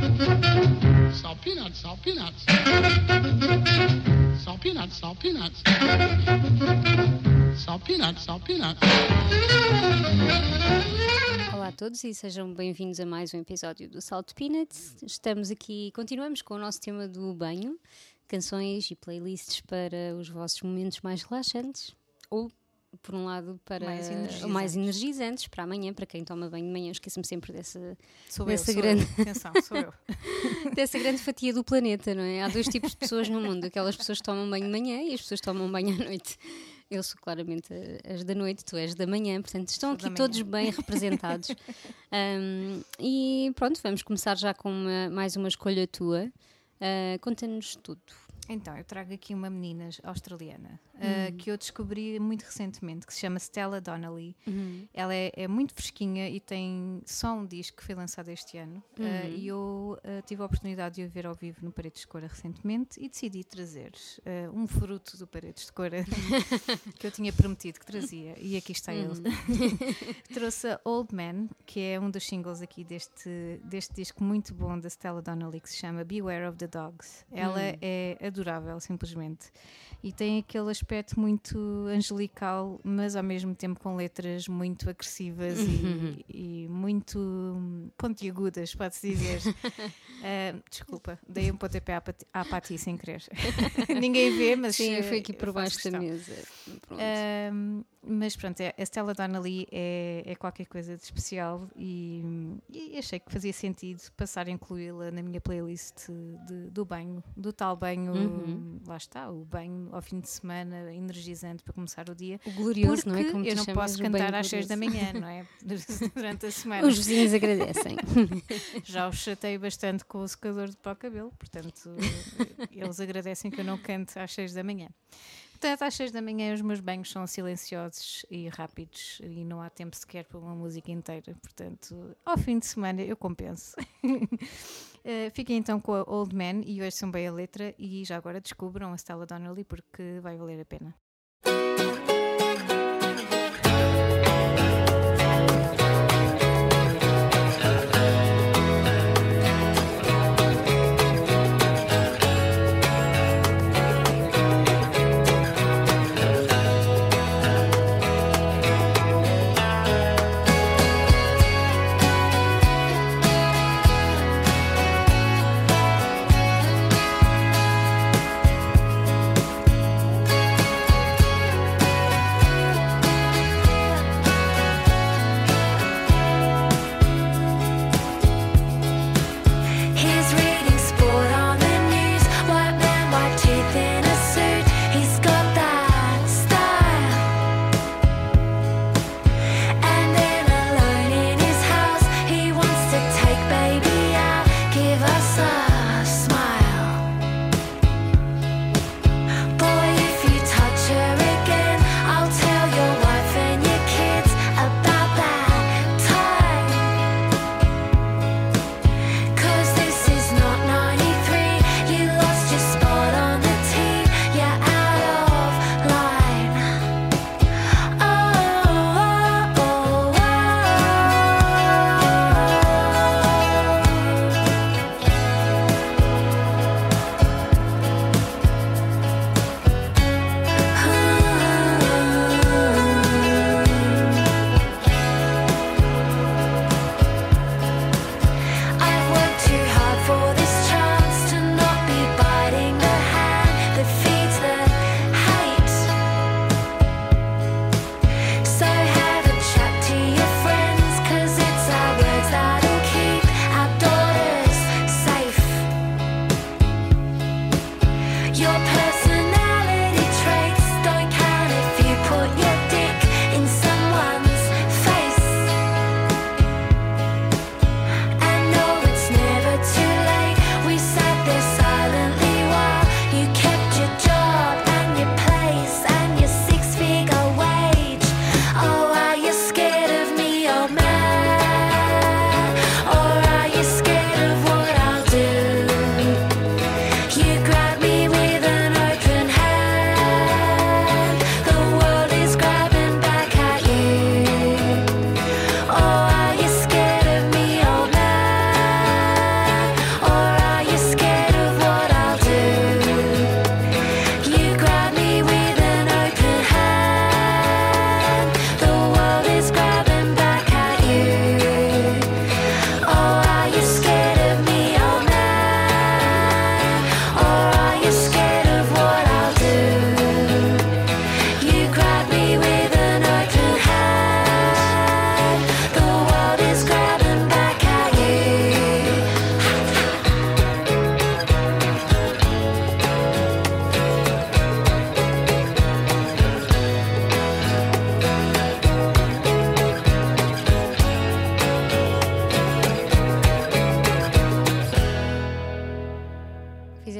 Salt peanuts, salt peanuts. Salt peanuts, salt peanuts. Salt peanuts, salt peanuts. Olá a todos e sejam bem-vindos a mais um episódio do Salt Peanuts. Estamos aqui, continuamos com o nosso tema do banho, canções e playlists para os vossos momentos mais relaxantes ou, por um lado, para mais energizantes para amanhã, para quem toma banho de manhã. Eu esqueço-me sempre dessa grande Atenção, sou eu. dessa grande fatia do planeta, não é? Há dois tipos de pessoas no mundo, aquelas pessoas que tomam banho de manhã e as pessoas que tomam banho à noite. Eu sou claramente as da noite, tu és da manhã, portanto estão aqui todos bem representados. E pronto, vamos começar já com mais uma escolha tua. Conta-nos tudo. Então, eu trago aqui uma menina australiana que eu descobri muito recentemente, que se chama Stella Donnelly. Ela é muito fresquinha e tem só um disco que foi lançado este ano. E eu tive a oportunidade de o ver ao vivo no Paredes de Cora recentemente e decidi trazer um fruto do Paredes de Cora que eu tinha prometido que trazia. E aqui está ele. Trouxe a Old Man, que é um dos singles aqui deste disco muito bom da Stella Donnelly, que se chama Beware of the Dogs. Ela é adorável, simplesmente. E tem aquele aspecto muito angelical, mas ao mesmo tempo com letras muito agressivas e muito pontiagudas, pode-se dizer. Desculpa, dei um pontapé à Pati sem querer. Ninguém vê, mas... Sim, foi aqui por baixo da mesa. Mas pronto, a Stella Donnelly é qualquer coisa de especial e achei que fazia sentido passar a incluí-la na minha playlist do banho, do tal banho, lá está, o banho ao fim de semana, energizante para começar o dia. O glorioso, porque não é? Como eu não posso cantar às 6 da manhã, não é? Durante a semana. Os vizinhos agradecem. Já os chatei bastante com o secador para o cabelo, portanto, eles agradecem que eu não cante às 6 da manhã. Portanto, às 6 da manhã os meus banhos são silenciosos e rápidos e não há tempo sequer para uma música inteira. Portanto, ao fim de semana eu compenso. Fiquem então com a Old Man e ouçam bem a letra e já agora descubram a Stella Donnelly porque vai valer a pena.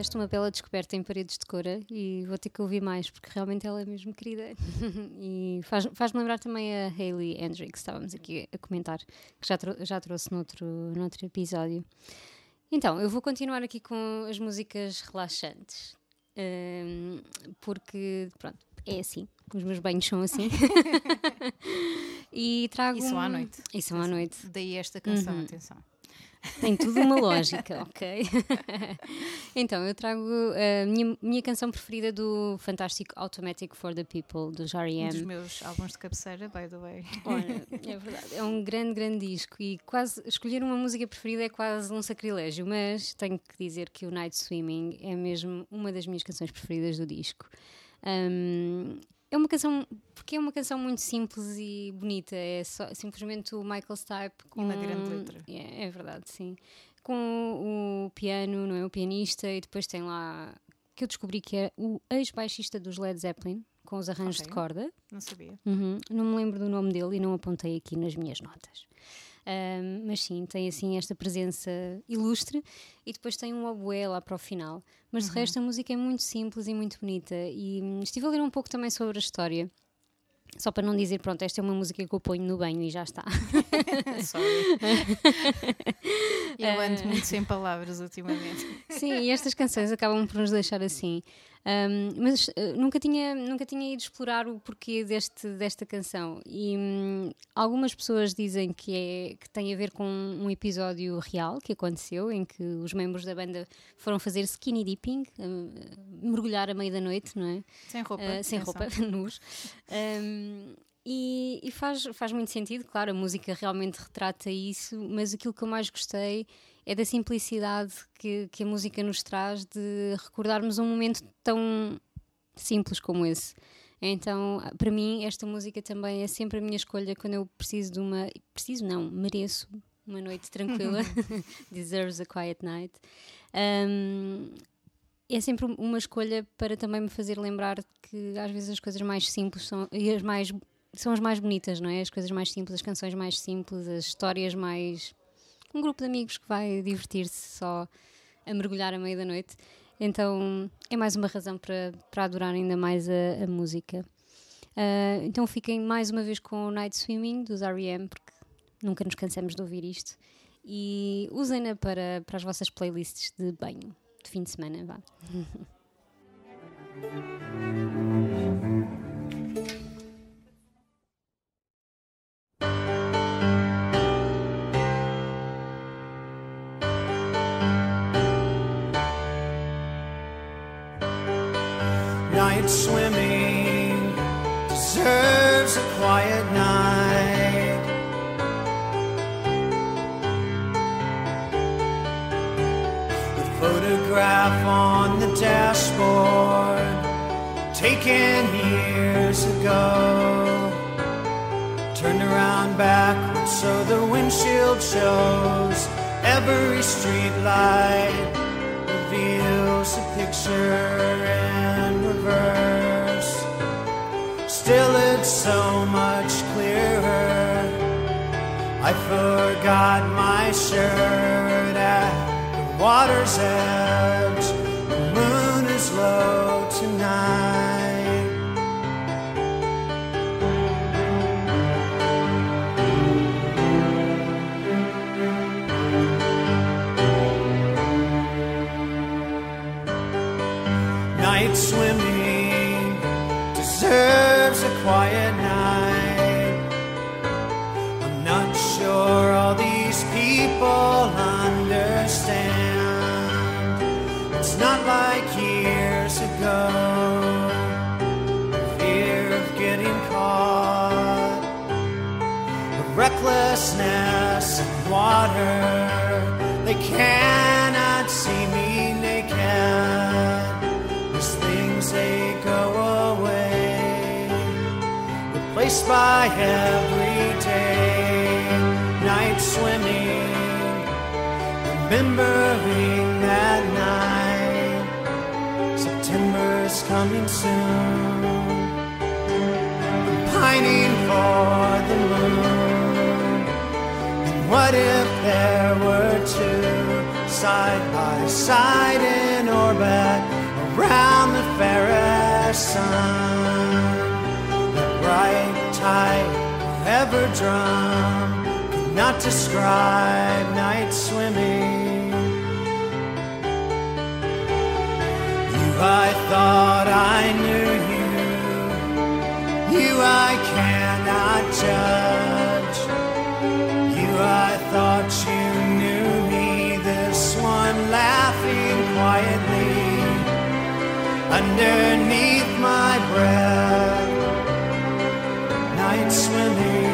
fizeste uma bela descoberta em Paredes de Cora e vou ter que ouvir mais, porque realmente ela é mesmo querida. E faz-me lembrar também a Hayley Hendrix, estávamos aqui a comentar, que já trouxe noutro episódio. Então, eu vou continuar aqui com as músicas relaxantes, porque, pronto, é assim, os meus banhos são assim. E trago... E são à noite. E são à noite. Daí esta canção, atenção. Tem tudo uma lógica, ok? Então, eu trago a minha canção preferida do fantástico Automatic for the People, dos R.E.M. Um dos meus álbuns de cabeceira, by the way. Olha, é verdade, é um grande, grande disco e quase escolher uma música preferida é quase um sacrilégio, mas tenho que dizer que o Night Swimming é mesmo uma das minhas canções preferidas do disco. É uma canção, porque é uma canção muito simples e bonita, é só, simplesmente o Michael Stipe com uma grande letra. É verdade, sim. Com o piano, não é? O pianista, e depois tem lá, que eu descobri que é o ex-baixista dos Led Zeppelin, com os arranjos de corda. Não sabia. Não me lembro do nome dele e não apontei aqui nas minhas notas. Mas sim, tem assim esta presença ilustre e depois tem um oboé lá para o final, mas de resto a música é muito simples e muito bonita e estive a ler um pouco também sobre a história, só para não dizer, pronto, esta é uma música que eu ponho no banho e já está. Eu ando muito sem palavras ultimamente. Sim, e estas canções acabam por nos deixar assim. Mas nunca tinha ido explorar o porquê desta canção e algumas pessoas dizem que tem a ver com um episódio real que aconteceu, em que os membros da banda foram fazer skinny dipping, mergulhar à meia da noite, não é? Sem roupa, nus. E faz muito sentido, claro, a música realmente retrata isso, mas aquilo que eu mais gostei é da simplicidade que a música nos traz de recordarmos um momento tão simples como esse. Então, para mim, esta música também é sempre a minha escolha quando eu mereço uma noite tranquila. Deserves a quiet night. É sempre uma escolha para também me fazer lembrar que às vezes as coisas mais simples são as mais bonitas, não é? As coisas mais simples, as canções mais simples, as histórias mais... Um grupo de amigos que vai divertir-se só a mergulhar à meia da noite. Então é mais uma razão para adorar ainda mais a música. Então fiquem mais uma vez com o Night Swimming dos R.E.M., porque nunca nos cansamos de ouvir isto. E usem-na para as vossas playlists de banho, de fim de semana, vá. Night swimming deserves a quiet night. The photograph on the dashboard, taken years ago, turned around backwards so the windshield shows every street light reveals a picture in reverse. Still it's so much clearer. I forgot my shirt at the water's edge. The moon is low tonight. Night swimming deserves a quiet night. I'm not sure all these people understand. It's not like years ago, the fear of getting caught, the recklessness of water. They cannot see me naked. They go away, replaced by everyday night swimming, remembering that night. September's coming soon. I'm pining for the moon. And what if there were two side by side in orbit? orbit around the fairest sun. That bright tide ever drum cannot describe night swimming. You, I thought I knew you. You, I cannot judge. You, I thought you knew me. This one laughing quietly underneath my breath. Night swimming.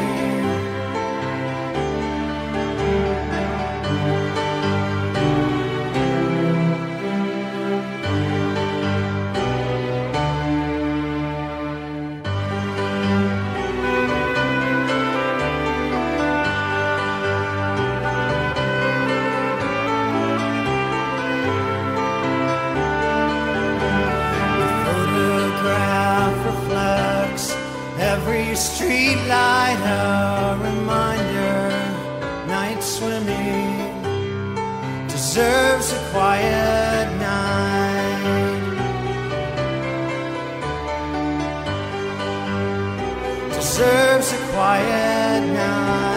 Every street light a reminder. Night swimming deserves a quiet night. Deserves a quiet night.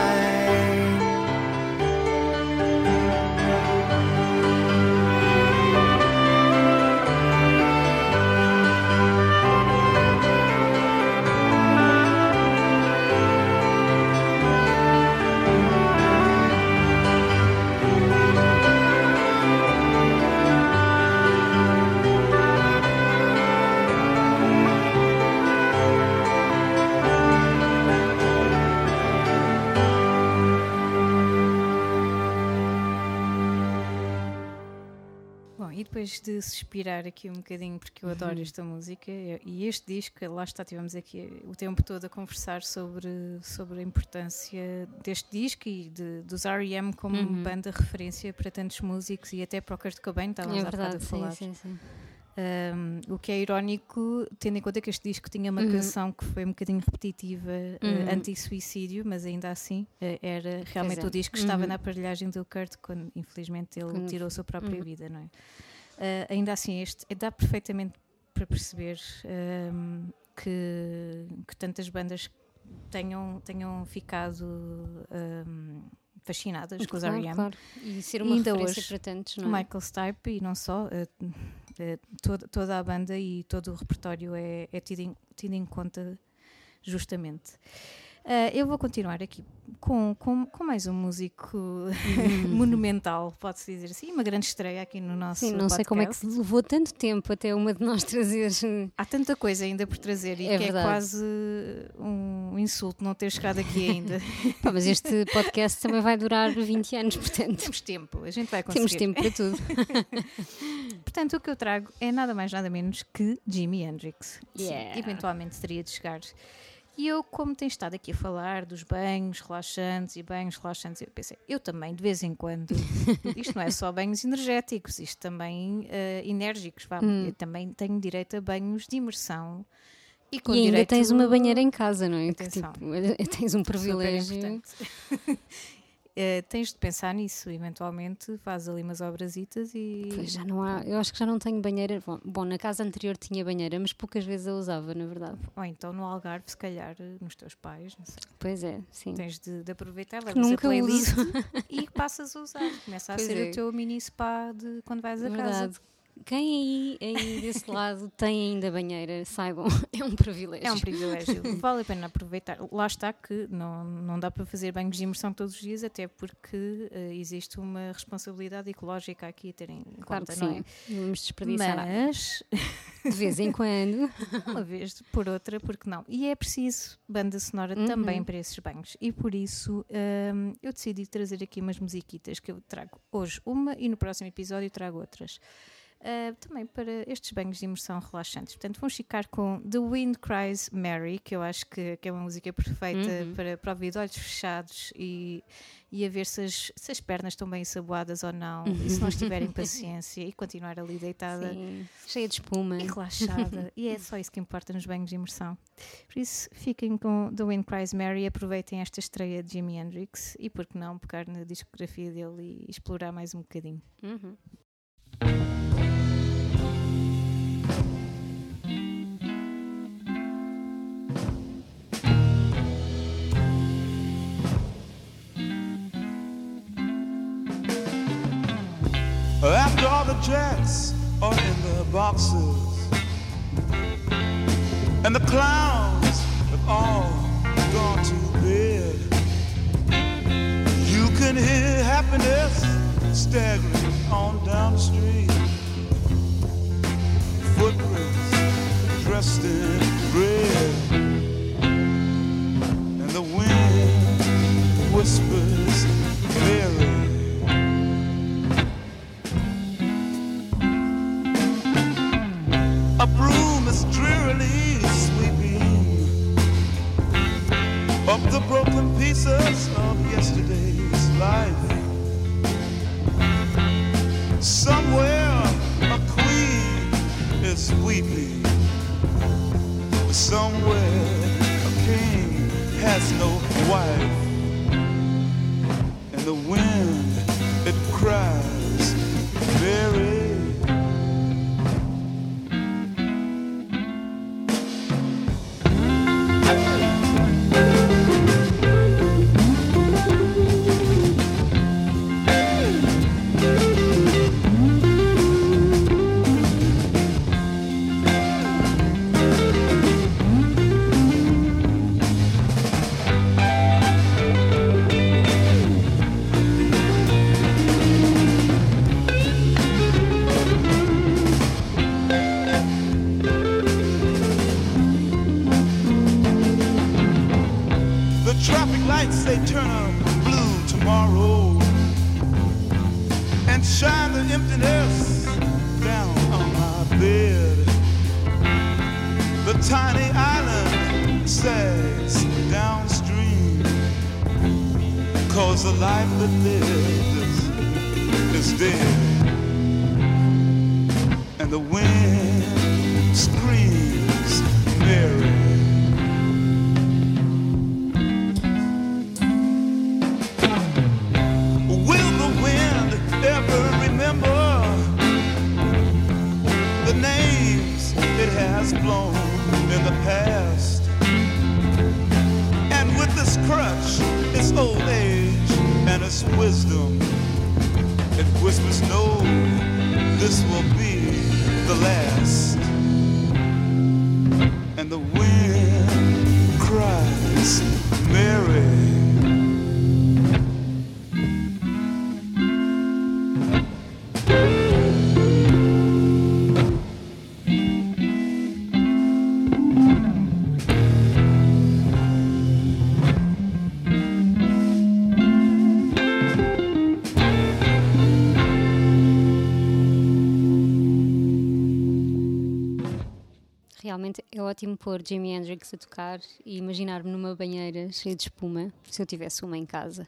E depois de suspirar aqui um bocadinho, porque eu adoro esta música e este disco, lá está, tivemos aqui o tempo todo a conversar sobre a importância deste disco e dos R.E.M. como banda referência para tantos músicos e até para o Kurt Cobain, estávamos há bocado a falar. Sim. O que é irónico, tendo em conta que este disco tinha uma canção que foi um bocadinho repetitiva, anti-suicídio, mas ainda assim era realmente o disco que estava na aparelhagem do Kurt quando infelizmente ele tirou a sua própria vida, não é? Ainda assim, este dá perfeitamente para perceber que tantas bandas tenham ficado fascinadas com os R.E.M. Claro. E ser uma ainda referência hoje, para tantos, não é? Michael Stipe e não só, toda a banda e todo o repertório é tido em conta justamente. Eu vou continuar aqui com mais um músico monumental, pode-se dizer assim, uma grande estreia aqui no nosso Sim, não podcast. sei como é que se levou tanto tempo até uma de nós trazer. Há tanta coisa ainda por trazer e É que verdade. é quase um insulto não ter chegado aqui ainda. Pá, mas este podcast também vai durar 20 anos, portanto Temos tempo, a gente vai conseguir. temos tempo para tudo. Portanto, o que eu trago é nada mais nada menos que Jimi Hendrix. Yeah. Sim, eventualmente teria de chegar. E eu, como tenho estado aqui a falar dos banhos relaxantes, eu pensei, eu também, de vez em quando, isto não é só banhos energéticos, isto também enérgicos, eu também tenho direito a banhos de imersão. E ainda direito... tens uma banheira em casa, não é? Que, Atenção. tens um privilégio. Super importante. Tens de pensar nisso, eventualmente faz ali umas obrasitas e... Pois já não há, eu acho que já não tenho banheira. Bom, na casa anterior tinha banheira, mas poucas vezes a usava, na verdade. Ou então no Algarve, se calhar, nos teus pais, não sei. Pois é, sim. Tens de aproveitar, Que levas nunca a playlist uso. e passas a usar. Começa a Pois ser é. o teu mini spa de quando vais a Verdade. casa. Quem aí desse lado tem ainda banheira, saibam, é um privilégio. É um privilégio. Vale a pena aproveitar. Lá está que não dá para fazer banhos de imersão todos os dias, até porque existe uma responsabilidade ecológica aqui a ter em Claro conta, que não sim, é? não vamos desperdiçar nada. Mas, De vez em quando. uma vez por outra, porque não? E é preciso banda sonora também para esses banhos. E por isso eu decidi trazer aqui umas musiquitas que eu trago hoje uma e no próximo episódio trago outras. Também para estes banhos de imersão relaxantes. Portanto, vamos ficar com The Wind Cries Mary, que eu acho que é uma música perfeita para ouvir de olhos fechados e a ver se as pernas estão bem ensaboadas ou não, e se não estiverem paciência e continuar ali deitada. Sim, cheia de espuma. E relaxada. E é só isso que importa nos banhos de imersão. Por isso, fiquem com The Wind Cries Mary, aproveitem esta estreia de Jimi Hendrix e, por que não, pegar na discografia dele e explorar mais um bocadinho. Uhum. After all the jacks are in their boxes and the clowns have all gone to bed, you can hear happiness staggering on down the street. Footprints dressed in red, and the wind whispers Mary. A broom is drearily sweeping up the broken pieces of yesterday's life. Somewhere a queen is weeping. Somewhere a king has no wife. And the wind, it cries, Mary. They turn blue tomorrow and shine the emptiness down on my bed. The tiny island sags downstream, 'cause the life that lives is dead. And the wind screams Mary. Ever remember the names it has blown in the past? And with this crutch, its old age and its wisdom, it whispers, no, this will be the last. And the wind cries, Mary. Realmente é ótimo pôr Jimi Hendrix a tocar e imaginar-me numa banheira cheia de espuma, se eu tivesse uma em casa.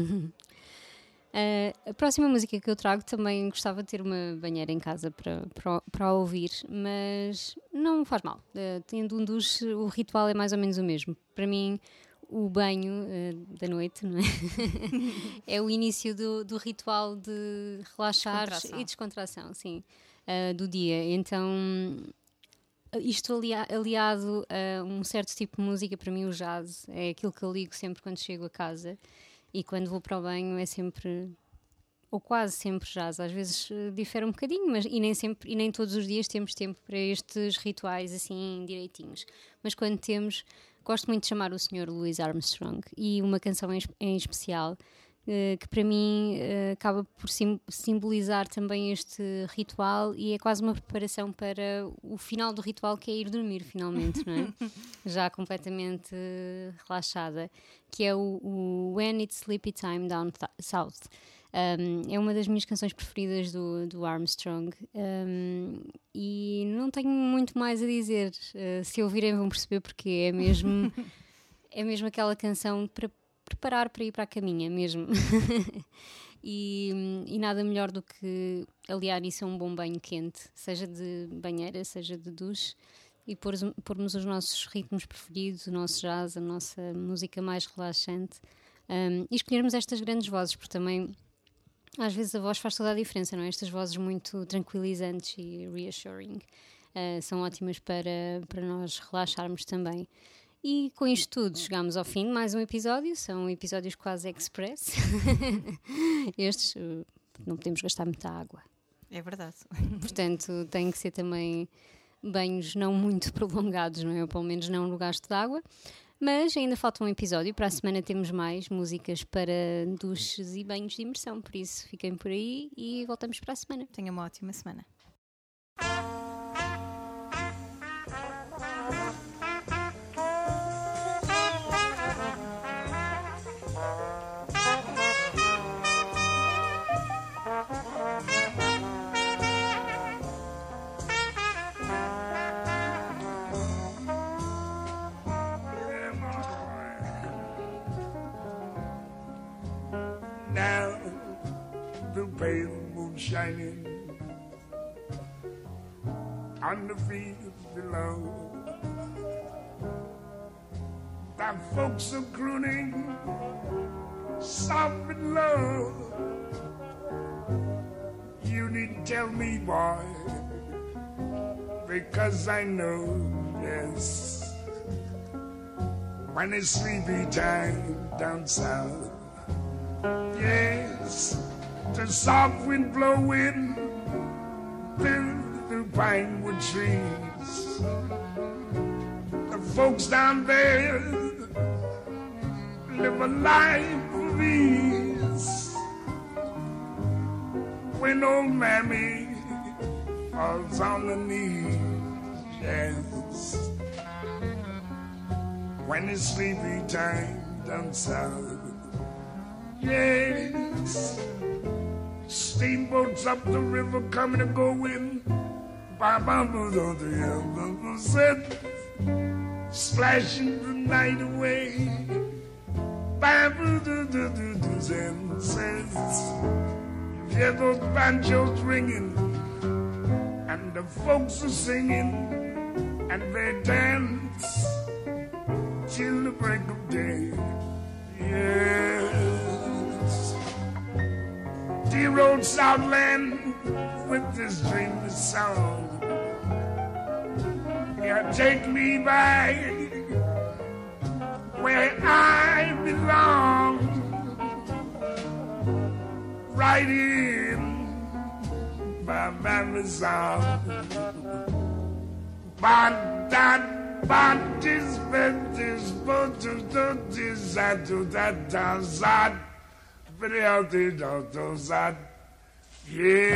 A próxima música que eu trago também gostava de ter uma banheira em casa para ouvir, mas não faz mal. Tendo um duche, o ritual é mais ou menos o mesmo. Para mim, o banho da noite, não é? É o início do ritual de relaxar e descontração, sim, do dia. Então, isto aliado a um certo tipo de música, para mim o jazz é aquilo que eu ligo sempre quando chego a casa, e quando vou para o banho é sempre, ou quase sempre jazz. Às vezes difere um bocadinho, mas e nem todos os dias temos tempo para estes rituais assim direitinhos, mas quando temos, gosto muito de chamar o Sr. Louis Armstrong, e uma canção em especial que para mim acaba por simbolizar também este ritual, e é quase uma preparação para o final do ritual, que é ir dormir finalmente, não é? Já completamente relaxada, que é o When It's Sleepy Time Down South. É uma das minhas canções preferidas do Armstrong, e não tenho muito mais a dizer. Se ouvirem vão perceber porque é mesmo aquela canção para preparar para ir para a caminha mesmo. E nada melhor do que aliar isso a um bom banho quente, seja de banheira, seja de duche, e pormos os nossos ritmos preferidos, o nosso jazz, a nossa música mais relaxante, e escolhermos estas grandes vozes, porque também às vezes a voz faz toda a diferença, não é? Estas vozes muito tranquilizantes e reassuring são ótimas para nós relaxarmos também. E com isto tudo chegamos ao fim de mais um episódio. São episódios quase express. Estes não podemos gastar muita água. É verdade. Portanto, tem que ser também banhos não muito prolongados, não é? Ou pelo menos não no gasto de água. Mas ainda falta um episódio. Para a semana temos mais músicas para duches e banhos de imersão. Por isso, fiquem por aí e voltamos para a semana. Tenha uma ótima semana. Now the pale moon shining on the fields below. The folks are crooning soft and low. You needn't tell me, boy, because I know, yes, when it's sleepy time down south. Yes, the soft wind blowing through the pinewood trees. The folks down there live a life of ease. When old mammy falls on her knees, yes, when it's sleepy time down south. Yes, steamboats up the river coming and going. Splashing the night away. You hear those banjos ringing, and the folks are singing, and they dance till the break of day. Yes. Dear old Southland with this dreamless song. Yeah, take me back where I belong. Right in my memory song. Bantis, bentis, botus, dotis, atu, that, zat, very healthy, doctor, zat, yeah.